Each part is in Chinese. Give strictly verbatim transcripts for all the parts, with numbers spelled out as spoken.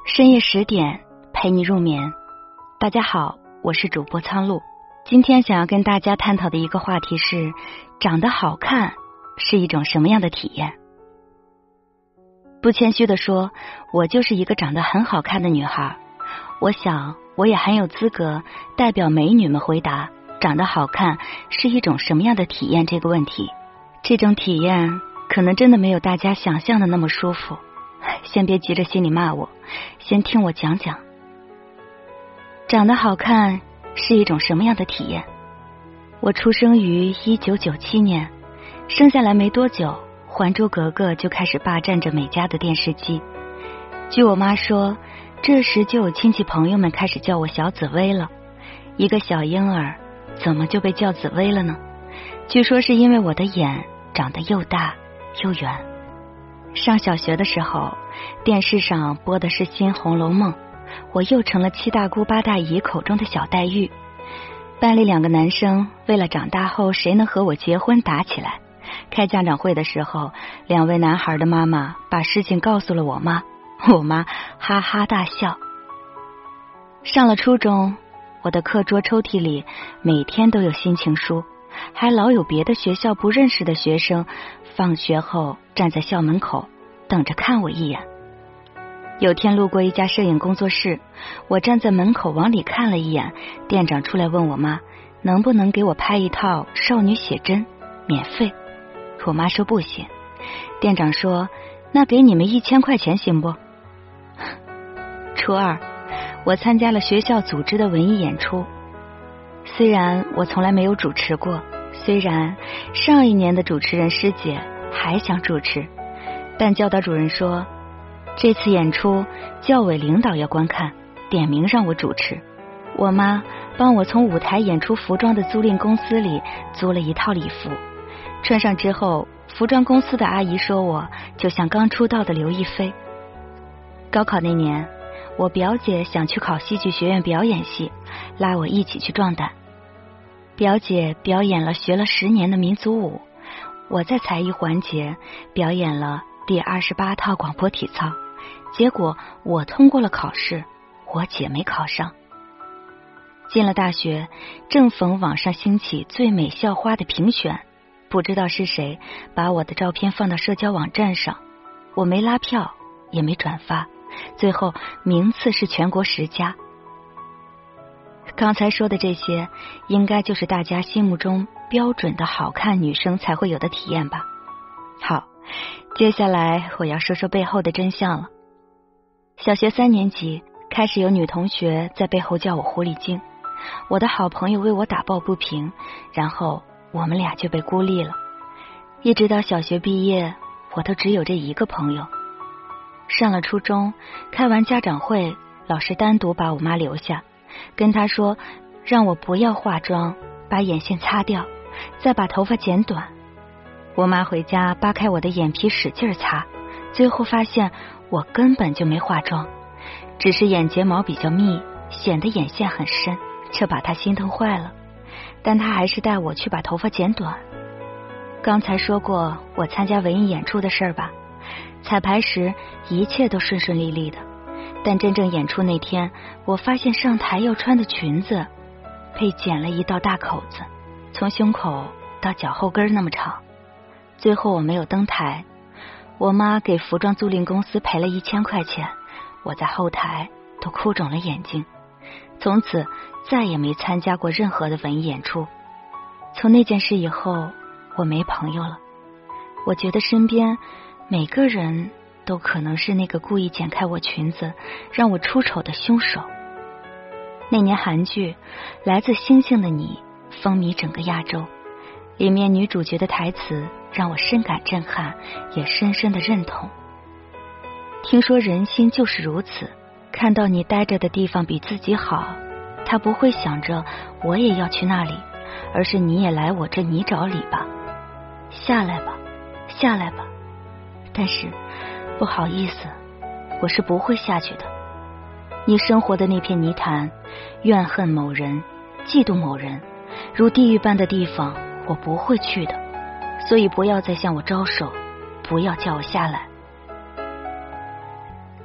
深夜十点陪你入眠。大家好，我是主播苍鹭。今天想要跟大家探讨的一个话题是，长得好看是一种什么样的体验？不谦虚地说，我就是一个长得很好看的女孩。我想我也很有资格代表美女们回答长得好看是一种什么样的体验这个问题。这种体验可能真的没有大家想象的那么舒服，先别急着心里骂我，先听我讲讲长得好看是一种什么样的体验。我出生于一九九七年，生下来没多久，还珠格格就开始霸占着每家的电视机。据我妈说，这时就有亲戚朋友们开始叫我小紫薇了。一个小婴儿怎么就被叫紫薇了呢？据说是因为我的眼长得又大又圆。上小学的时候，电视上播的是新红楼梦，我又成了七大姑八大姨口中的小黛玉。班里两个男生为了长大后谁能和我结婚打起来，开家长会的时候，两位男孩的妈妈把事情告诉了我妈，我妈哈哈大笑。上了初中，我的课桌抽屉里每天都有心情书，还老有别的学校不认识的学生放学后站在校门口等着看我一眼。有天路过一家摄影工作室，我站在门口往里看了一眼，店长出来问我妈能不能给我拍一套少女写真，免费。我妈说不行。店长说那给你们一千块钱行不？初二，我参加了学校组织的文艺演出。虽然我从来没有主持过，虽然上一年的主持人师姐还想主持，但教导主任说这次演出教委领导要观看，点名让我主持。我妈帮我从舞台演出服装的租赁公司里租了一套礼服，穿上之后，服装公司的阿姨说我就像刚出道的刘亦菲。高考那年，我表姐想去考戏剧学院表演系，拉我一起去壮胆。表姐表演了学了十年的民族舞，我在才艺环节表演了第二十八套广播体操，结果我通过了考试，我姐没考上。进了大学，正逢网上兴起最美校花的评选，不知道是谁把我的照片放到社交网站上，我没拉票也没转发，最后名次是全国十佳。刚才说的这些应该就是大家心目中标准的好看女生才会有的体验吧。好，接下来我要说说背后的真相了。小学三年级开始有女同学在背后叫我狐狸精，我的好朋友为我打抱不平，然后我们俩就被孤立了。一直到小学毕业，我都只有这一个朋友。上了初中，开完家长会，老师单独把我妈留下，跟她说让我不要化妆，把眼线擦掉，再把头发剪短。我妈回家扒开我的眼皮使劲擦，最后发现我根本就没化妆，只是眼睫毛比较密，显得眼线很深，这把她心疼坏了，但她还是带我去把头发剪短。刚才说过我参加文艺演出的事儿吧，彩排时一切都顺顺利利的，但真正演出那天，我发现上台要穿的裙子被剪了一道大口子，从胸口到脚后跟那么长。最后我没有登台，我妈给服装租赁公司赔了一千块钱，我在后台都哭肿了眼睛，从此再也没参加过任何的文艺演出。从那件事以后，我没朋友了。我觉得身边每个人都可能是那个故意剪开我裙子让我出丑的凶手。那年韩剧《来自星星的你》风靡整个亚洲，里面女主角的台词让我深感震撼，也深深的认同。听说人心就是如此，看到你待着的地方比自己好，他不会想着我也要去那里，而是你也来我这泥沼里吧，下来吧，下来吧。但是不好意思，我是不会下去的。你生活的那片泥潭，怨恨某人，嫉妒某人，如地狱般的地方，我不会去的。所以不要再向我招手，不要叫我下来。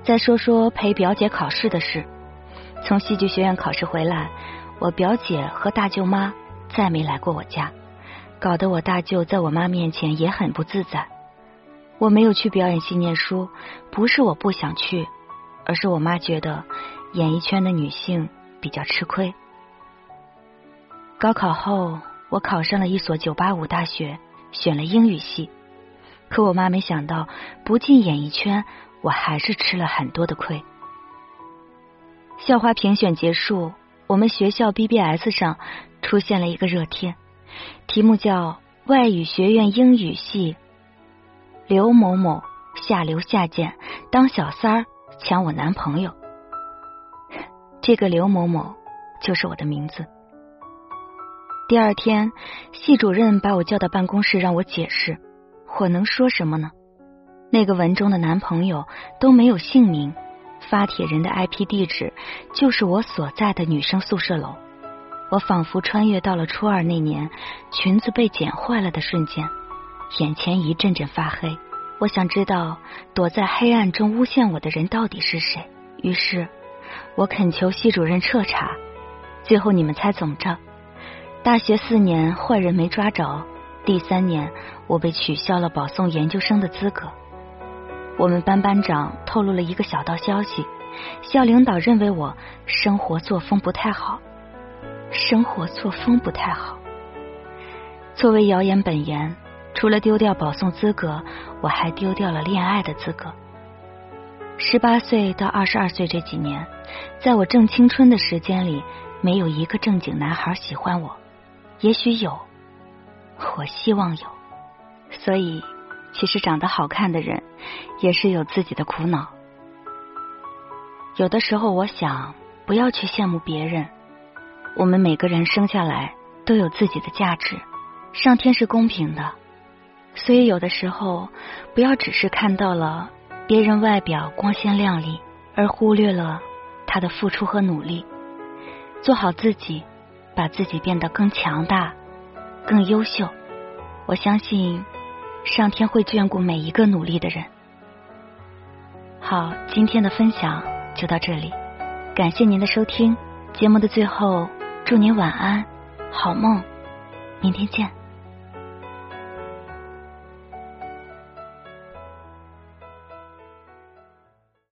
再说说陪表姐考试的事。从戏剧学院考试回来，我表姐和大舅妈再没来过我家，搞得我大舅在我妈面前也很不自在。我没有去表演系念书，不是我不想去，而是我妈觉得演艺圈的女性比较吃亏。高考后，我考上了一所九八五大学，选了英语系。可我妈没想到，不进演艺圈，我还是吃了很多的亏。校花评选结束，我们学校 B B S 上出现了一个热帖，题目叫外语学院英语系刘某某下流下贱，当小三儿抢我男朋友。这个刘某某就是我的名字。第二天，系主任把我叫到办公室让我解释，我能说什么呢？那个文中的男朋友都没有姓名，发帖人的 I P 地址就是我所在的女生宿舍楼。我仿佛穿越到了初二那年，裙子被剪坏了的瞬间，眼前一阵阵发黑。我想知道躲在黑暗中诬陷我的人到底是谁，于是我恳求系主任彻查。最后你们猜怎么着？大学四年坏人没抓着，第三年我被取消了保送研究生的资格。我们班班长透露了一个小道消息，校领导认为我生活作风不太好。生活作风不太好。作为谣言本言，除了丢掉保送资格，我还丢掉了恋爱的资格。十八岁到二十二岁这几年，在我正青春的时间里，没有一个正经男孩喜欢我。也许有，我希望有。所以其实长得好看的人也是有自己的苦恼。有的时候我想，不要去羡慕别人，我们每个人生下来都有自己的价值，上天是公平的。所以有的时候不要只是看到了别人外表光鲜亮丽，而忽略了他的付出和努力。做好自己，把自己变得更强大，更优秀。我相信上天会眷顾每一个努力的人。好，今天的分享就到这里，感谢您的收听。节目的最后，祝您晚安，好梦，明天见。